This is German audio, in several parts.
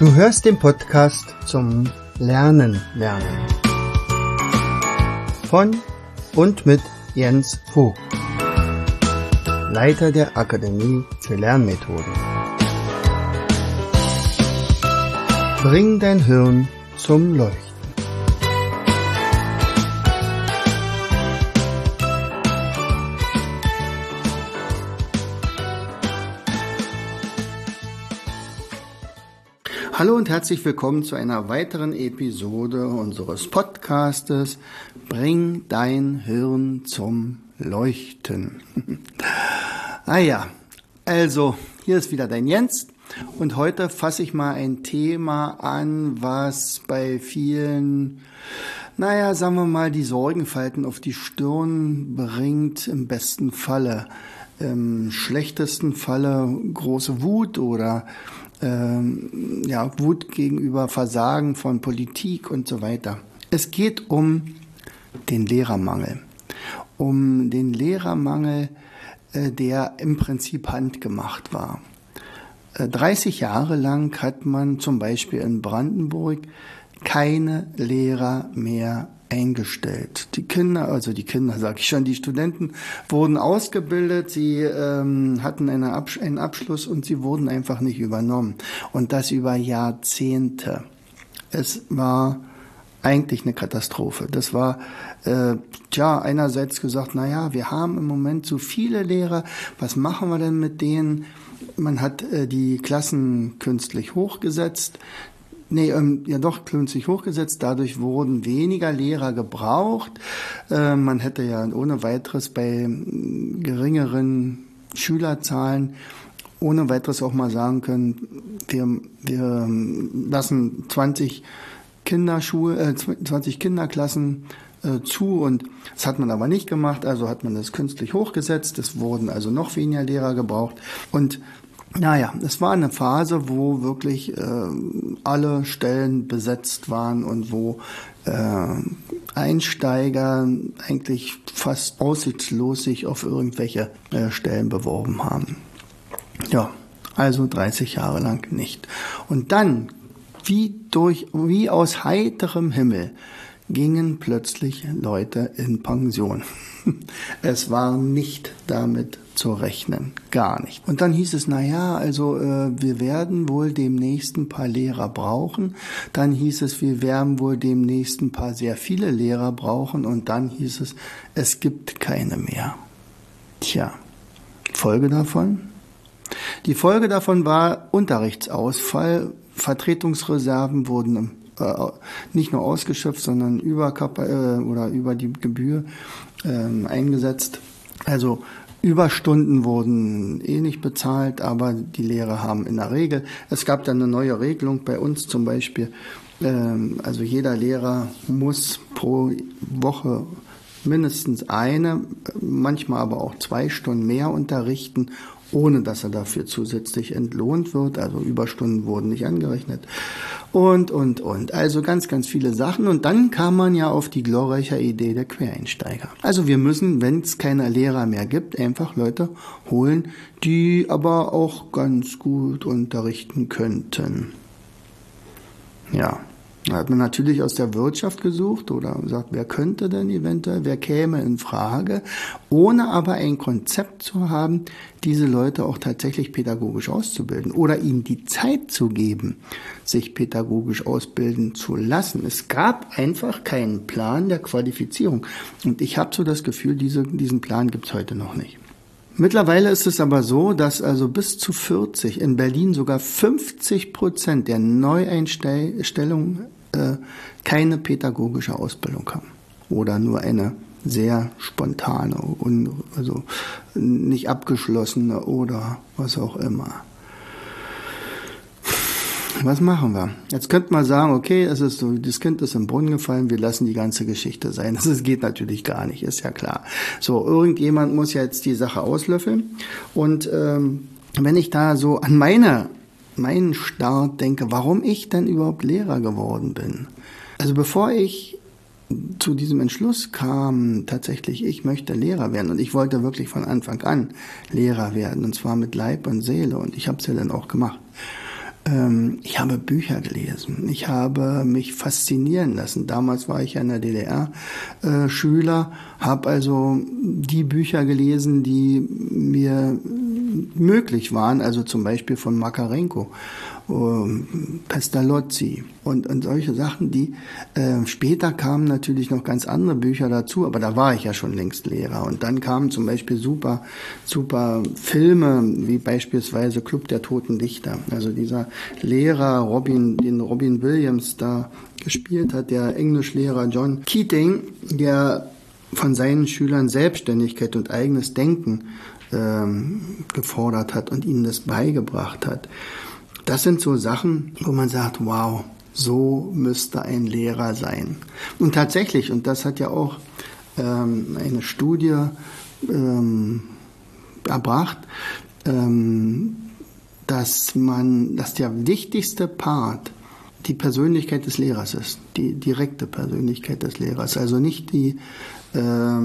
Du hörst den Podcast zum Lernen. Von und mit Jens Vogt, Leiter der Akademie für Lernmethoden. Bring dein Hirn zum Leuchten. Hallo und herzlich willkommen zu einer weiteren Episode unseres Podcastes Bring dein Hirn zum Leuchten. Also hier ist wieder dein Jens und heute fasse ich mal ein Thema an, was bei vielen, sagen wir mal, die Sorgenfalten auf die Stirn bringt, im besten Falle. Im schlechtesten Falle große Wut oder Wut gegenüber Versagen von Politik und so weiter. Es geht um den Lehrermangel. Um den Lehrermangel, der im Prinzip handgemacht war. 30 Jahre lang hat man zum Beispiel in Brandenburg keine Lehrer mehr eingestellt. Die Studenten wurden ausgebildet, sie hatten einen Abschluss und sie wurden einfach nicht übernommen. Und das über Jahrzehnte. Es war eigentlich eine Katastrophe. Das war einerseits gesagt, wir haben im Moment zu viele Lehrer, was machen wir denn mit denen? Man hat die Klassen künstlich hochgesetzt. Künstlich hochgesetzt. Dadurch wurden weniger Lehrer gebraucht. Man hätte ja ohne weiteres bei geringeren Schülerzahlen ohne weiteres auch mal sagen können, wir lassen 20 Kinderklassen zu, und das hat man aber nicht gemacht, also hat man das künstlich hochgesetzt. Es wurden also noch weniger Lehrer gebraucht und es war eine Phase, wo wirklich alle Stellen besetzt waren und wo Einsteiger eigentlich fast aussichtslos sich auf irgendwelche Stellen beworben haben. Ja, also 30 Jahre lang nicht. Und dann, wie aus heiterem Himmel, gingen plötzlich Leute in Pension. Es war nicht damit zu rechnen, gar nicht. Und dann hieß es, wir werden wohl demnächst ein paar Lehrer brauchen. Dann hieß es, wir werden wohl demnächst ein paar sehr viele Lehrer brauchen. Und dann hieß es, es gibt keine mehr. Folge davon? Die Folge davon war Unterrichtsausfall. Vertretungsreserven wurden nicht nur ausgeschöpft, sondern über die Gebühr eingesetzt. Also Überstunden wurden nicht bezahlt, aber die Lehrer haben in der Regel, es gab dann eine neue Regelung bei uns zum Beispiel, jeder Lehrer muss pro Woche mindestens eine, manchmal aber auch 2 Stunden mehr unterrichten, ohne dass er dafür zusätzlich entlohnt wird. Also Überstunden wurden nicht angerechnet. Und. Also ganz, ganz viele Sachen. Und dann kam man ja auf die glorreiche Idee der Quereinsteiger. Also wir müssen, wenn es keine Lehrer mehr gibt, einfach Leute holen, die aber auch ganz gut unterrichten könnten. Ja. Da hat man natürlich aus der Wirtschaft gesucht oder gesagt, wer könnte denn eventuell, wer käme in Frage, ohne aber ein Konzept zu haben, diese Leute auch tatsächlich pädagogisch auszubilden oder ihnen die Zeit zu geben, sich pädagogisch ausbilden zu lassen. Es gab einfach keinen Plan der Qualifizierung und ich habe so das Gefühl, diesen Plan gibt's heute noch nicht. Mittlerweile ist es aber so, dass also bis zu 40, in Berlin sogar 50% der Neueinstellungen keine pädagogische Ausbildung haben oder nur eine sehr spontane, also nicht abgeschlossene oder was auch immer. Was machen wir? Jetzt könnte man sagen, okay, es ist so, das Kind ist im Brunnen gefallen, wir lassen die ganze Geschichte sein. Das geht natürlich gar nicht, ist ja klar. So, irgendjemand muss ja jetzt die Sache auslöffeln. Und wenn ich da so an meinen Start denke, warum ich denn überhaupt Lehrer geworden bin. Also bevor ich zu diesem Entschluss kam, tatsächlich, ich möchte Lehrer werden, und ich wollte wirklich von Anfang an Lehrer werden, und zwar mit Leib und Seele, und ich habe es ja dann auch gemacht. Ich habe Bücher gelesen. Ich habe mich faszinieren lassen. Damals war ich ja in der DDR Schüler, habe also die Bücher gelesen, die mir möglich waren, also zum Beispiel von Makarenko, Pestalozzi und solche Sachen, die später kamen natürlich noch ganz andere Bücher dazu, aber da war ich ja schon längst Lehrer. Und dann kamen zum Beispiel super Filme, wie beispielsweise Club der Toten Dichter. Also dieser Lehrer, den Robin Williams da gespielt hat, der Englischlehrer John Keating, der von seinen Schülern Selbstständigkeit und eigenes Denken gefordert hat und ihnen das beigebracht hat. Das sind so Sachen, wo man sagt, wow, so müsste ein Lehrer sein. Und tatsächlich, und das hat ja auch eine Studie erbracht, dass der wichtigste Part die Persönlichkeit des Lehrers ist, die direkte Persönlichkeit des Lehrers, also nicht wie er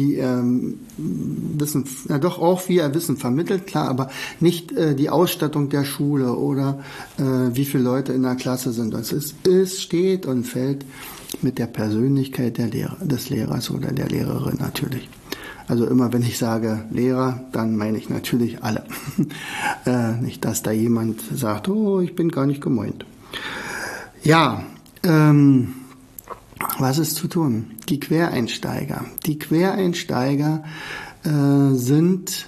Wissen vermittelt, klar, aber nicht die Ausstattung der Schule oder wie viele Leute in der Klasse sind. Es steht und fällt mit der Persönlichkeit des Lehrers oder der Lehrerin natürlich. Also immer, wenn ich sage Lehrer, dann meine ich natürlich alle. Nicht, dass da jemand sagt, oh, ich bin gar nicht gemeint. Ja, was ist zu tun? Die Quereinsteiger. Die Quereinsteiger sind,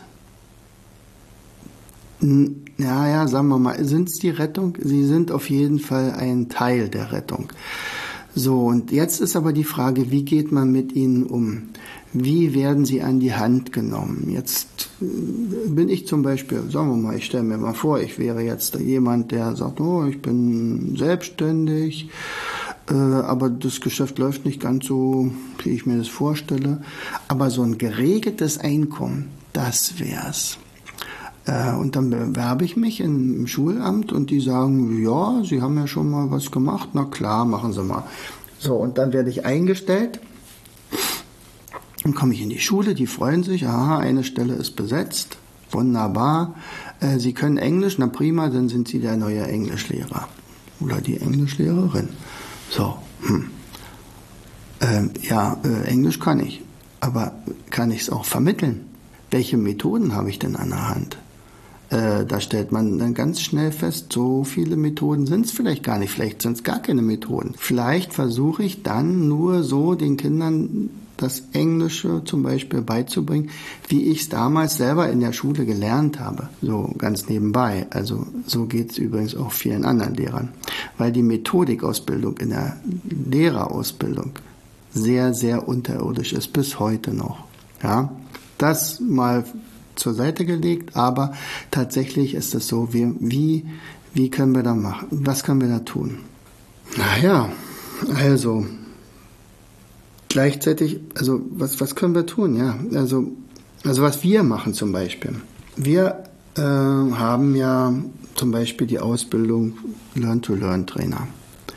sagen wir mal, sind es die Rettung? Sie sind auf jeden Fall ein Teil der Rettung. So, und jetzt ist aber die Frage, wie geht man mit ihnen um? Wie werden sie an die Hand genommen? Jetzt bin ich zum Beispiel, sagen wir mal, ich stelle mir mal vor, ich wäre jetzt jemand, der sagt, oh, ich bin selbstständig, aber das Geschäft läuft nicht ganz so, wie ich mir das vorstelle. Aber so ein geregeltes Einkommen, das wär's. Und dann bewerbe ich mich im Schulamt und die sagen, ja, Sie haben ja schon mal was gemacht, na klar, machen Sie mal. So, und dann werde ich eingestellt. Dann komme ich in die Schule, die freuen sich, aha, eine Stelle ist besetzt, wunderbar. Sie können Englisch, na prima, dann sind Sie der neue Englischlehrer oder die Englischlehrerin. So, Englisch kann ich, aber kann ich es auch vermitteln? Welche Methoden habe ich denn an der Hand? Da stellt man dann ganz schnell fest, so viele Methoden sind es vielleicht gar nicht, vielleicht sind es gar keine Methoden. Vielleicht versuche ich dann nur so den Kindern das Englische zum Beispiel beizubringen, wie ich es damals selber in der Schule gelernt habe, so ganz nebenbei. Also so geht es übrigens auch vielen anderen Lehrern, weil die Methodikausbildung in der Lehrerausbildung sehr, sehr unterirdisch ist, bis heute noch. Ja, das mal zur Seite gelegt, aber tatsächlich ist es so, wie können wir da machen? Was können wir da tun? Naja, also gleichzeitig, also was können wir tun? Ja, also was wir machen zum Beispiel. Wir haben ja zum Beispiel die Ausbildung Learn-to-Learn-Trainer.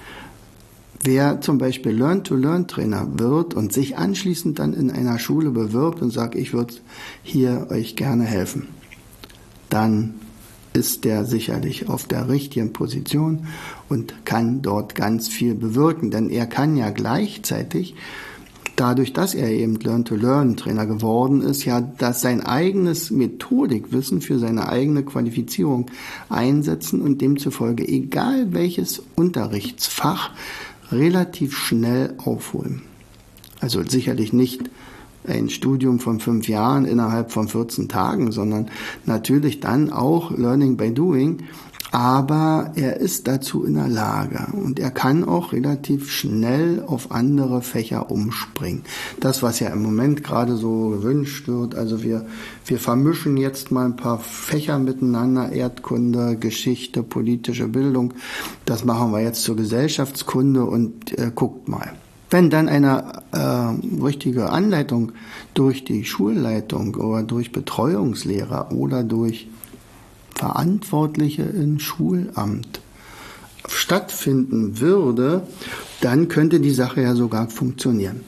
Wer zum Beispiel Learn-to-Learn-Trainer wird und sich anschließend dann in einer Schule bewirbt und sagt, ich würde hier euch gerne helfen, dann ist der sicherlich auf der richtigen Position und kann dort ganz viel bewirken. Denn er kann ja gleichzeitig, dadurch, dass er eben Learn-to-Learn-Trainer geworden ist, ja, dass sein eigenes Methodikwissen für seine eigene Qualifizierung einsetzen und demzufolge, egal welches Unterrichtsfach, relativ schnell aufholen. Also sicherlich nicht ein Studium von 5 Jahren innerhalb von 14 Tagen, sondern natürlich dann auch Learning by Doing, aber er ist dazu in der Lage und er kann auch relativ schnell auf andere Fächer umspringen. Das, was ja im Moment gerade so gewünscht wird, also wir vermischen jetzt mal ein paar Fächer miteinander, Erdkunde, Geschichte, politische Bildung, das machen wir jetzt zur Gesellschaftskunde und guckt mal. Wenn dann eine richtige Anleitung durch die Schulleitung oder durch Betreuungslehrer oder durch Verantwortliche im Schulamt stattfinden würde, dann könnte die Sache ja sogar funktionieren.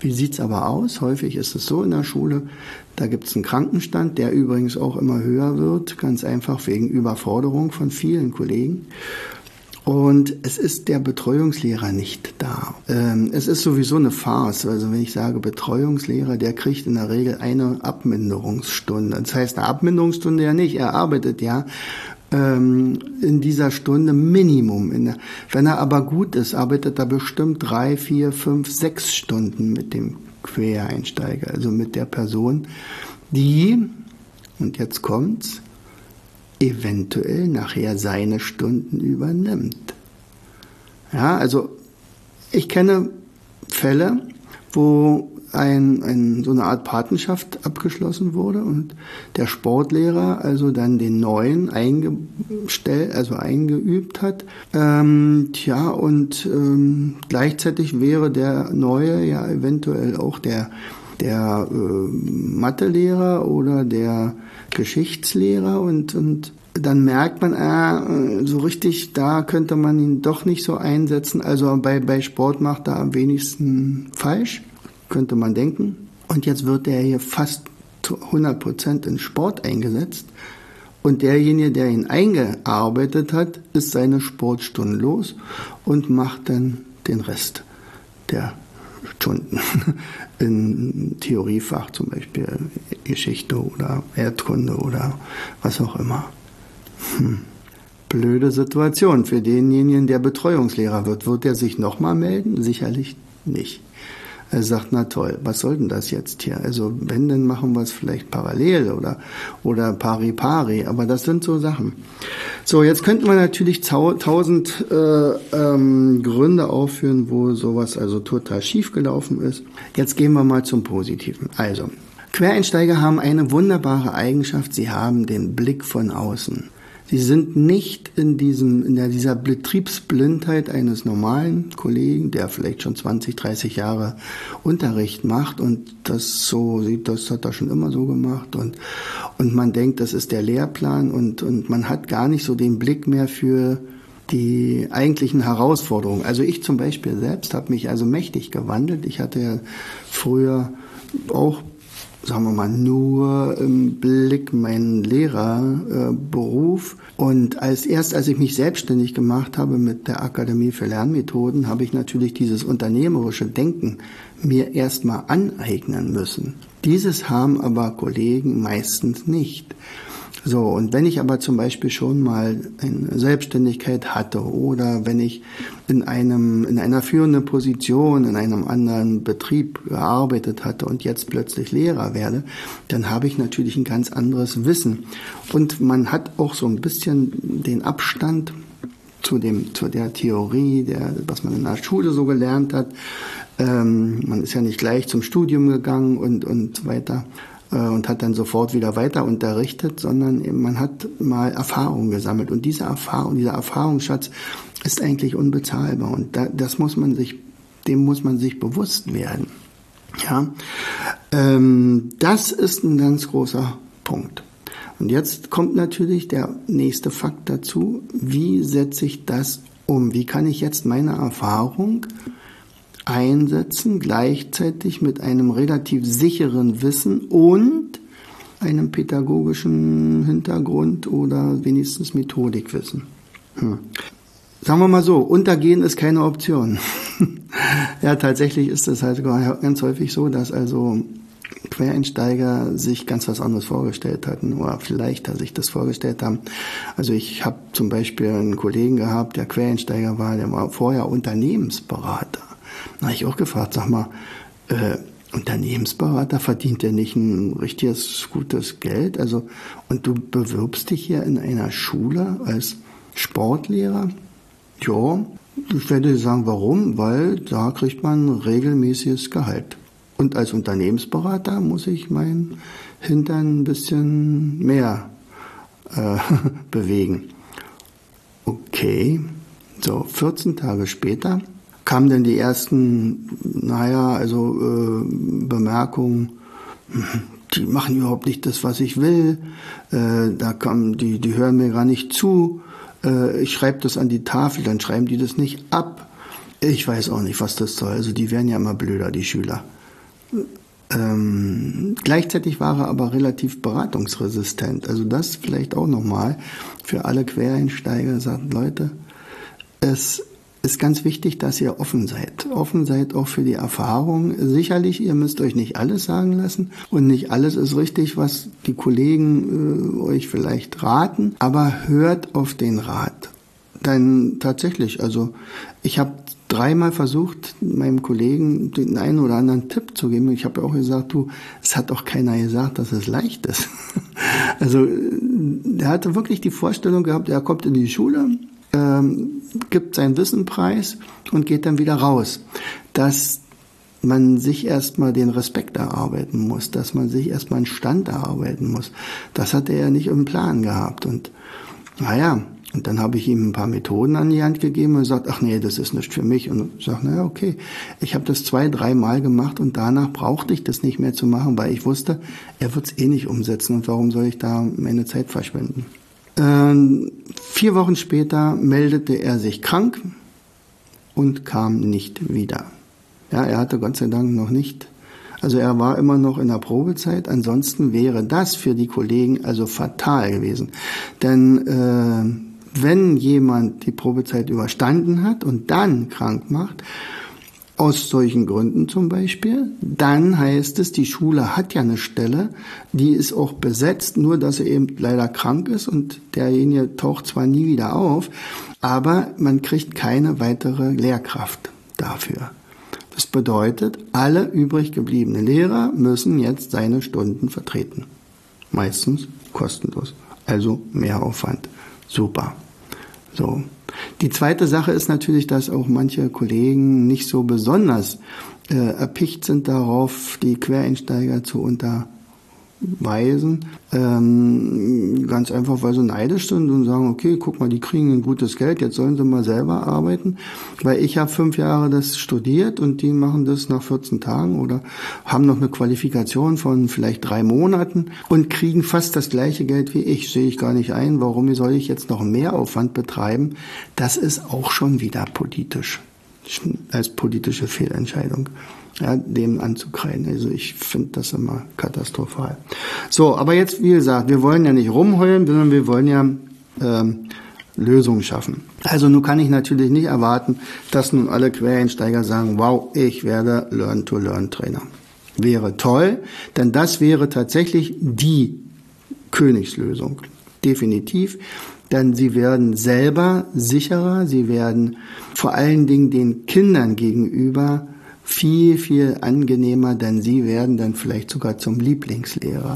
Wie sieht's aber aus? Häufig ist es so in der Schule, da gibt's einen Krankenstand, der übrigens auch immer höher wird, ganz einfach wegen Überforderung von vielen Kollegen. Und es ist der Betreuungslehrer nicht da. Es ist sowieso eine Farce. Also wenn ich sage Betreuungslehrer, der kriegt in der Regel eine Abminderungsstunde. Das heißt, eine Abminderungsstunde ja nicht. Er arbeitet ja in dieser Stunde Minimum. Wenn er aber gut ist, arbeitet er bestimmt 3, 4, 5, 6 Stunden mit dem Quereinsteiger. Also mit der Person, die, und jetzt kommt's, eventuell nachher seine Stunden übernimmt. Ja, also ich kenne Fälle, wo so eine Art Patenschaft abgeschlossen wurde und der Sportlehrer also dann den Neuen eingeübt hat. Gleichzeitig wäre der Neue ja eventuell auch der Mathelehrer oder der Geschichtslehrer und dann merkt man, so richtig, da könnte man ihn doch nicht so einsetzen. Also bei Sport macht er am wenigsten falsch, könnte man denken. Und jetzt wird er hier fast zu 100% in Sport eingesetzt. Und derjenige, der ihn eingearbeitet hat, ist seine Sportstunden los und macht dann den Rest der Stunden in Theoriefach, zum Beispiel Geschichte oder Erdkunde oder was auch immer. Blöde Situation für denjenigen, der Betreuungslehrer wird. Wird er sich nochmal melden? Sicherlich nicht. Er sagt, na toll, was soll denn das jetzt hier? Also wenn, dann machen wir es vielleicht parallel oder pari-pari, aber das sind so Sachen. So, jetzt könnten wir natürlich 1000 Gründe aufführen, wo sowas also total schief gelaufen ist. Jetzt gehen wir mal zum Positiven. Also, Quereinsteiger haben eine wunderbare Eigenschaft, sie haben den Blick von außen. Sie sind nicht in dieser Betriebsblindheit eines normalen Kollegen, der vielleicht schon 20, 30 Jahre Unterricht macht und das so sieht, das hat er schon immer so gemacht und man denkt, das ist der Lehrplan und man hat gar nicht so den Blick mehr für die eigentlichen Herausforderungen. Also ich zum Beispiel selbst habe mich also mächtig gewandelt. Ich hatte ja früher auch, sagen wir mal, nur im Blick meinen Lehrerberuf. Und als ich mich selbstständig gemacht habe mit der Akademie für Lernmethoden, habe ich natürlich dieses unternehmerische Denken mir erstmal aneignen müssen. Dieses haben aber Kollegen meistens nicht. So, und wenn ich aber zum Beispiel schon mal eine Selbstständigkeit hatte oder wenn ich in einer führenden Position in einem anderen Betrieb gearbeitet hatte und jetzt plötzlich Lehrer werde, dann habe ich natürlich ein ganz anderes Wissen. Und man hat auch so ein bisschen den Abstand zu der Theorie, was man in der Schule so gelernt hat. Man ist ja nicht gleich zum Studium gegangen und weiter. Und hat dann sofort wieder weiter unterrichtet, sondern man hat mal Erfahrungen gesammelt. Und dieser Erfahrungsschatz ist eigentlich unbezahlbar. Und dem muss man sich bewusst werden. Ja, das ist ein ganz großer Punkt. Und jetzt kommt natürlich der nächste Fakt dazu. Wie setze ich das um? Wie kann ich jetzt meine Erfahrung einsetzen, gleichzeitig mit einem relativ sicheren Wissen und einem pädagogischen Hintergrund oder wenigstens Methodikwissen. Sagen wir mal so, untergehen ist keine Option. Ja, tatsächlich ist es halt ganz häufig so, dass also Quereinsteiger sich ganz was anderes vorgestellt hatten oder vielleicht sich das vorgestellt haben. Also ich habe zum Beispiel einen Kollegen gehabt, der Quereinsteiger war, der war vorher Unternehmensberater. Da habe ich auch gefragt, sag mal, Unternehmensberater, verdient der nicht ein richtiges, gutes Geld? Also, und du bewirbst dich hier in einer Schule als Sportlehrer? Ja, ich werde sagen, warum? Weil da kriegt man regelmäßiges Gehalt. Und als Unternehmensberater muss ich meinen Hintern ein bisschen mehr bewegen. Okay, so 14 Tage später kamen dann die ersten, Bemerkungen, die machen überhaupt nicht das, was ich will, die hören mir gar nicht zu, ich schreibe das an die Tafel, dann schreiben die das nicht ab. Ich weiß auch nicht, was das soll, also die werden ja immer blöder, die Schüler. Gleichzeitig war er aber relativ beratungsresistent. Also das vielleicht auch nochmal für alle Quereinsteiger, sagt Leute, es ist ganz wichtig, dass ihr offen seid. Offen seid auch für die Erfahrung. Sicherlich, ihr müsst euch nicht alles sagen lassen und nicht alles ist richtig, was die Kollegen euch vielleicht raten, aber hört auf den Rat. Denn tatsächlich, also ich habe 3-mal versucht, meinem Kollegen den einen oder anderen Tipp zu geben. Ich habe ja auch gesagt, es hat auch keiner gesagt, dass es leicht ist. Also der hatte wirklich die Vorstellung gehabt, er kommt in die Schule, gibt sein Wissen preis und geht dann wieder raus. Dass man sich erstmal den Respekt erarbeiten muss, dass man sich erstmal einen Stand erarbeiten muss. Das hat er ja nicht im Plan gehabt. Und und dann habe ich ihm ein paar Methoden an die Hand gegeben und gesagt, ach nee, das ist nicht für mich. Und ich sage, okay, ich habe das 2-3 Mal gemacht und danach brauchte ich das nicht mehr zu machen, weil ich wusste, er wird es eh nicht umsetzen und warum soll ich da meine Zeit verschwenden. 4 Wochen später meldete er sich krank und kam nicht wieder. Ja, er hatte Gott sei Dank noch nicht, also er war immer noch in der Probezeit, ansonsten wäre das für die Kollegen also fatal gewesen. Denn wenn jemand die Probezeit überstanden hat und dann krank macht, aus solchen Gründen zum Beispiel, dann heißt es, die Schule hat ja eine Stelle, die ist auch besetzt, nur dass er eben leider krank ist und derjenige taucht zwar nie wieder auf, aber man kriegt keine weitere Lehrkraft dafür. Das bedeutet, alle übrig gebliebenen Lehrer müssen jetzt seine Stunden vertreten. Meistens kostenlos, also Mehraufwand. Super. So. Die zweite Sache ist natürlich, dass auch manche Kollegen nicht so besonders erpicht sind darauf, die Quereinsteiger zu unterweisen. Ganz einfach, weil sie neidisch sind und sagen, okay, guck mal, die kriegen ein gutes Geld, jetzt sollen sie mal selber arbeiten. Weil ich habe 5 Jahre das studiert und die machen das nach 14 Tagen oder haben noch eine Qualifikation von vielleicht 3 Monaten und kriegen fast das gleiche Geld wie ich. Sehe ich gar nicht ein, warum soll ich jetzt noch mehr Aufwand betreiben? Das ist auch schon wieder politisch, als politische Fehlentscheidung. Ja, dem anzukreiden. Also ich finde das immer katastrophal. So, aber jetzt, wie gesagt, wir wollen ja nicht rumheulen, sondern wir wollen ja Lösungen schaffen. Also nun kann ich natürlich nicht erwarten, dass nun alle Quereinsteiger sagen, wow, ich werde Learn-to-Learn-Trainer. Wäre toll, denn das wäre tatsächlich die Königslösung. Definitiv. Denn sie werden selber sicherer, sie werden vor allen Dingen den Kindern gegenüber viel, viel angenehmer, denn sie werden dann vielleicht sogar zum Lieblingslehrer.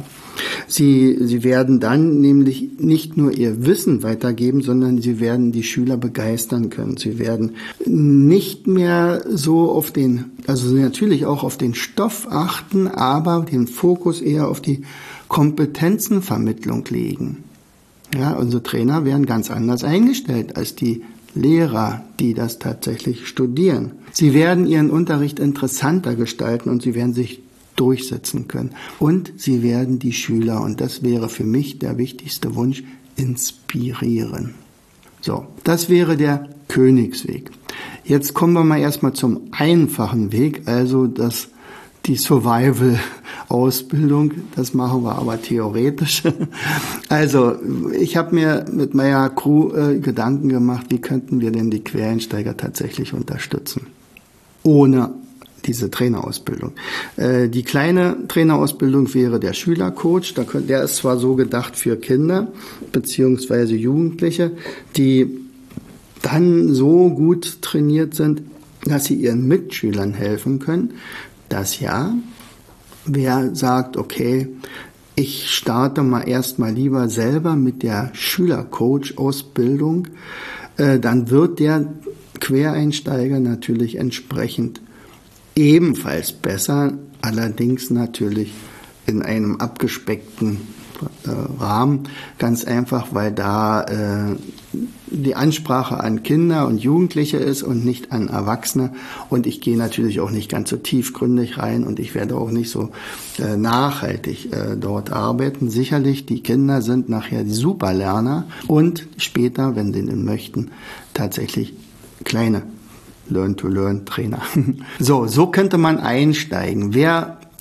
Sie werden dann nämlich nicht nur ihr Wissen weitergeben, sondern sie werden die Schüler begeistern können. Sie werden nicht mehr so also natürlich auch auf den Stoff achten, aber den Fokus eher auf die Kompetenzenvermittlung legen. Ja, unsere Trainer werden ganz anders eingestellt als die Lehrer, die das tatsächlich studieren. Sie werden ihren Unterricht interessanter gestalten und sie werden sich durchsetzen können. Und sie werden die Schüler, und das wäre für mich der wichtigste Wunsch, inspirieren. So, das wäre der Königsweg. Jetzt kommen wir mal erstmal zum einfachen Weg, also die Survival-Ausbildung, das machen wir aber theoretisch. Also ich habe mir mit meiner Crew Gedanken gemacht, wie könnten wir denn die Quereinsteiger tatsächlich unterstützen, ohne diese Trainerausbildung. Die kleine Trainerausbildung wäre der Schülercoach, der ist zwar so gedacht für Kinder bzw. Jugendliche, die dann so gut trainiert sind, dass sie ihren Mitschülern helfen können. Das ja, wer sagt, okay, ich starte mal erstmal lieber selber mit der Schülercoach-Ausbildung, dann wird der Quereinsteiger natürlich entsprechend ebenfalls besser, allerdings natürlich in einem abgespeckten Rahmen, ganz einfach, weil da die Ansprache an Kinder und Jugendliche ist und nicht an Erwachsene, und ich gehe natürlich auch nicht ganz so tiefgründig rein und ich werde auch nicht so nachhaltig dort arbeiten. Sicherlich, die Kinder sind nachher die Superlerner und später, wenn sie denn möchten, tatsächlich kleine Learn-to-Learn-Trainer. So könnte man einsteigen. Wer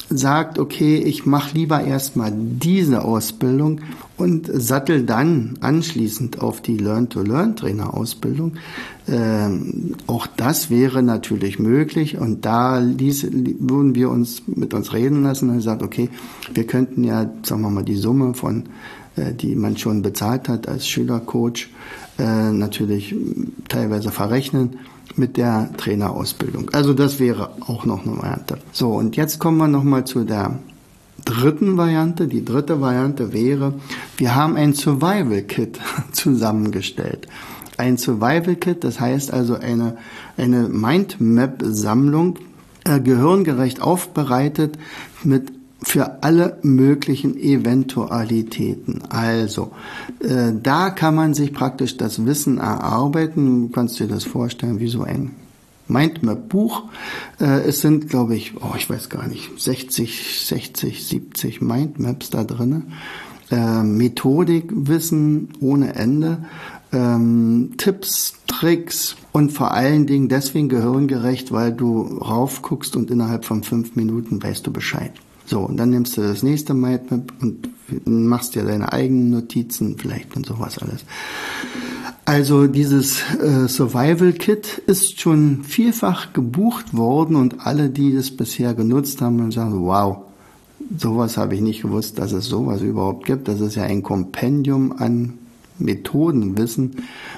sagt, okay, ich mache lieber erstmal diese Ausbildung und sattel dann anschließend auf die Learn-to-Learn-Trainer-Ausbildung. Auch das wäre natürlich möglich, und da würden wir uns mit uns reden lassen und gesagt, okay, wir könnten ja, sagen wir mal, die Summe von, die man schon bezahlt hat als Schülercoach, natürlich teilweise verrechnen mit der Trainerausbildung. Also das wäre auch noch eine Variante. So, und jetzt kommen wir nochmal zu der dritten Variante. Die dritte Variante wäre, wir haben ein Survival-Kit zusammengestellt. Ein Survival-Kit, das heißt also eine Mindmap-Sammlung, gehirngerecht aufbereitet für alle möglichen Eventualitäten. Also, da kann man sich praktisch das Wissen erarbeiten. Du kannst dir das vorstellen wie so ein Mindmap-Buch. Es sind, glaube ich, ich weiß gar nicht, 60, 70 Mindmaps da drin. Methodikwissen ohne Ende. Tipps, Tricks und vor allen Dingen deswegen gehirngerecht, weil du raufguckst und innerhalb von 5 Minuten weißt du Bescheid. So, und dann nimmst du das nächste Mindmap und machst dir deine eigenen Notizen vielleicht und sowas alles. Also dieses Survival-Kit ist schon vielfach gebucht worden, und alle, die das bisher genutzt haben, sagen, wow, sowas habe ich nicht gewusst, dass es sowas überhaupt gibt. Das ist ja ein Kompendium an Methodenwissen.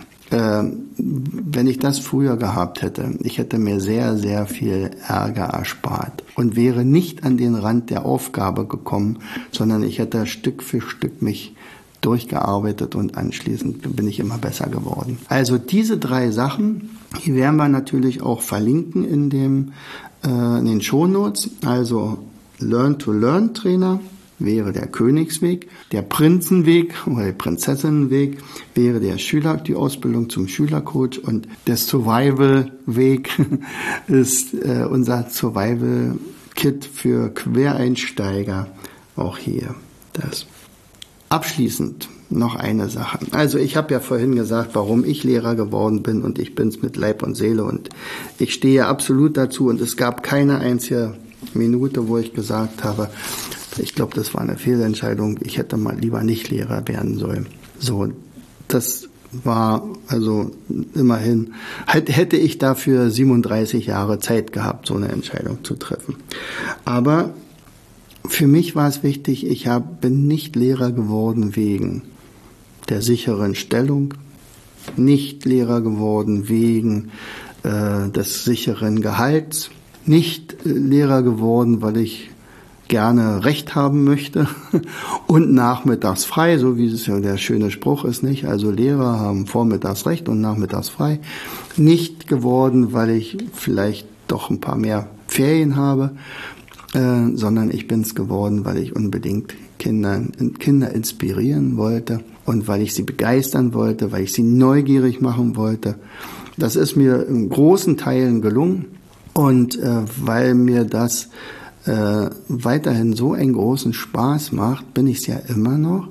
Wenn ich das früher gehabt hätte, ich hätte mir sehr, sehr viel Ärger erspart und wäre nicht an den Rand der Aufgabe gekommen, sondern ich hätte Stück für Stück mich durchgearbeitet und anschließend bin ich immer besser geworden. Also diese 3 Sachen, die werden wir natürlich auch verlinken in den Shownotes. Also Learn-to-Learn-Trainer wäre der Königsweg, der Prinzenweg oder der Prinzessinnenweg wäre die Ausbildung zum Schülercoach, und der Survival-Weg ist unser Survival-Kit für Quereinsteiger, auch hier das. Abschließend noch eine Sache. Also ich habe ja vorhin gesagt, warum ich Lehrer geworden bin, und ich bin es mit Leib und Seele und ich stehe absolut dazu, und es gab keine einzige Minute, wo ich gesagt habe, ich glaube, das war eine Fehlentscheidung, ich hätte mal lieber nicht Lehrer werden sollen. So, das war also immerhin, hätte ich dafür 37 Jahre Zeit gehabt, so eine Entscheidung zu treffen. Aber für mich war es wichtig, bin nicht Lehrer geworden wegen der sicheren Stellung, nicht Lehrer geworden wegen des sicheren Gehalts, nicht Lehrer geworden, weil ich gerne Recht haben möchte und nachmittags frei, so wie es ja der schöne Spruch ist, nicht? Also Lehrer haben vormittags Recht und nachmittags frei. Nicht geworden, weil ich vielleicht doch ein paar mehr Ferien habe, sondern ich bin es geworden, weil ich unbedingt Kinder inspirieren wollte und weil ich sie begeistern wollte, weil ich sie neugierig machen wollte. Das ist mir in großen Teilen gelungen, und weil mir das weiterhin so einen großen Spaß macht, bin ich es ja immer noch.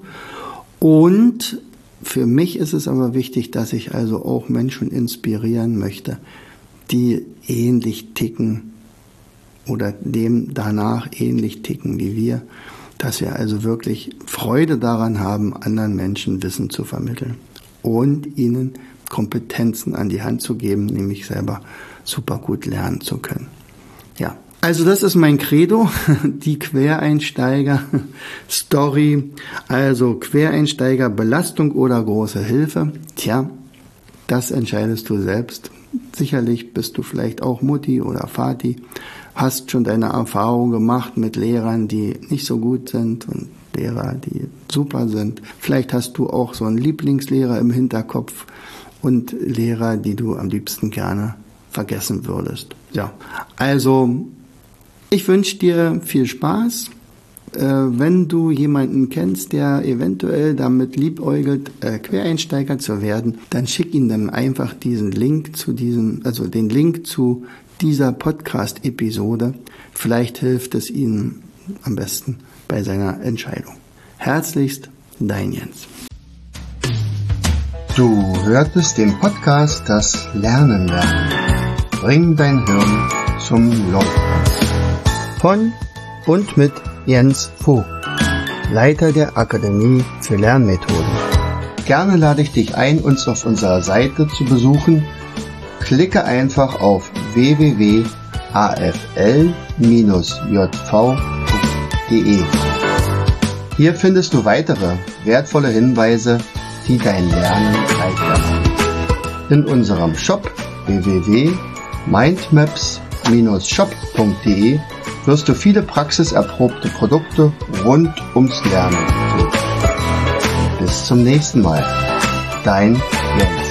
Und für mich ist es aber wichtig, dass ich also auch Menschen inspirieren möchte, die ähnlich ticken oder dem danach ähnlich ticken wie wir, dass wir also wirklich Freude daran haben, anderen Menschen Wissen zu vermitteln und ihnen Kompetenzen an die Hand zu geben, nämlich selber super gut lernen zu können. Ja. Also das ist mein Credo, die Quereinsteiger-Story, also Quereinsteiger, Belastung oder große Hilfe. Tja, das entscheidest du selbst. Sicherlich bist du vielleicht auch Mutti oder Vati, hast schon deine Erfahrung gemacht mit Lehrern, die nicht so gut sind und Lehrer, die super sind. Vielleicht hast du auch so einen Lieblingslehrer im Hinterkopf und Lehrer, die du am liebsten gerne vergessen würdest. Ja, also ich wünsche dir viel Spaß. Wenn du jemanden kennst, der eventuell damit liebäugelt, Quereinsteiger zu werden, dann schick ihm dann einfach den Link zu dieser Podcast-Episode. Vielleicht hilft es ihm am besten bei seiner Entscheidung. Herzlichst, dein Jens. Du hörtest den Podcast Das Lernen lernen. Bring dein Hirn zum Laufen. Von und mit Jens Vogt, Leiter der Akademie für Lernmethoden. Gerne lade ich dich ein, uns auf unserer Seite zu besuchen. Klicke einfach auf www.afl-jv.de. Hier findest du weitere wertvolle Hinweise, die dein Lernen leichter machen. In unserem Shop www.mindmaps-shop.de wirst du viele praxiserprobte Produkte rund ums Lernen finden. Bis zum nächsten Mal. Dein Jens.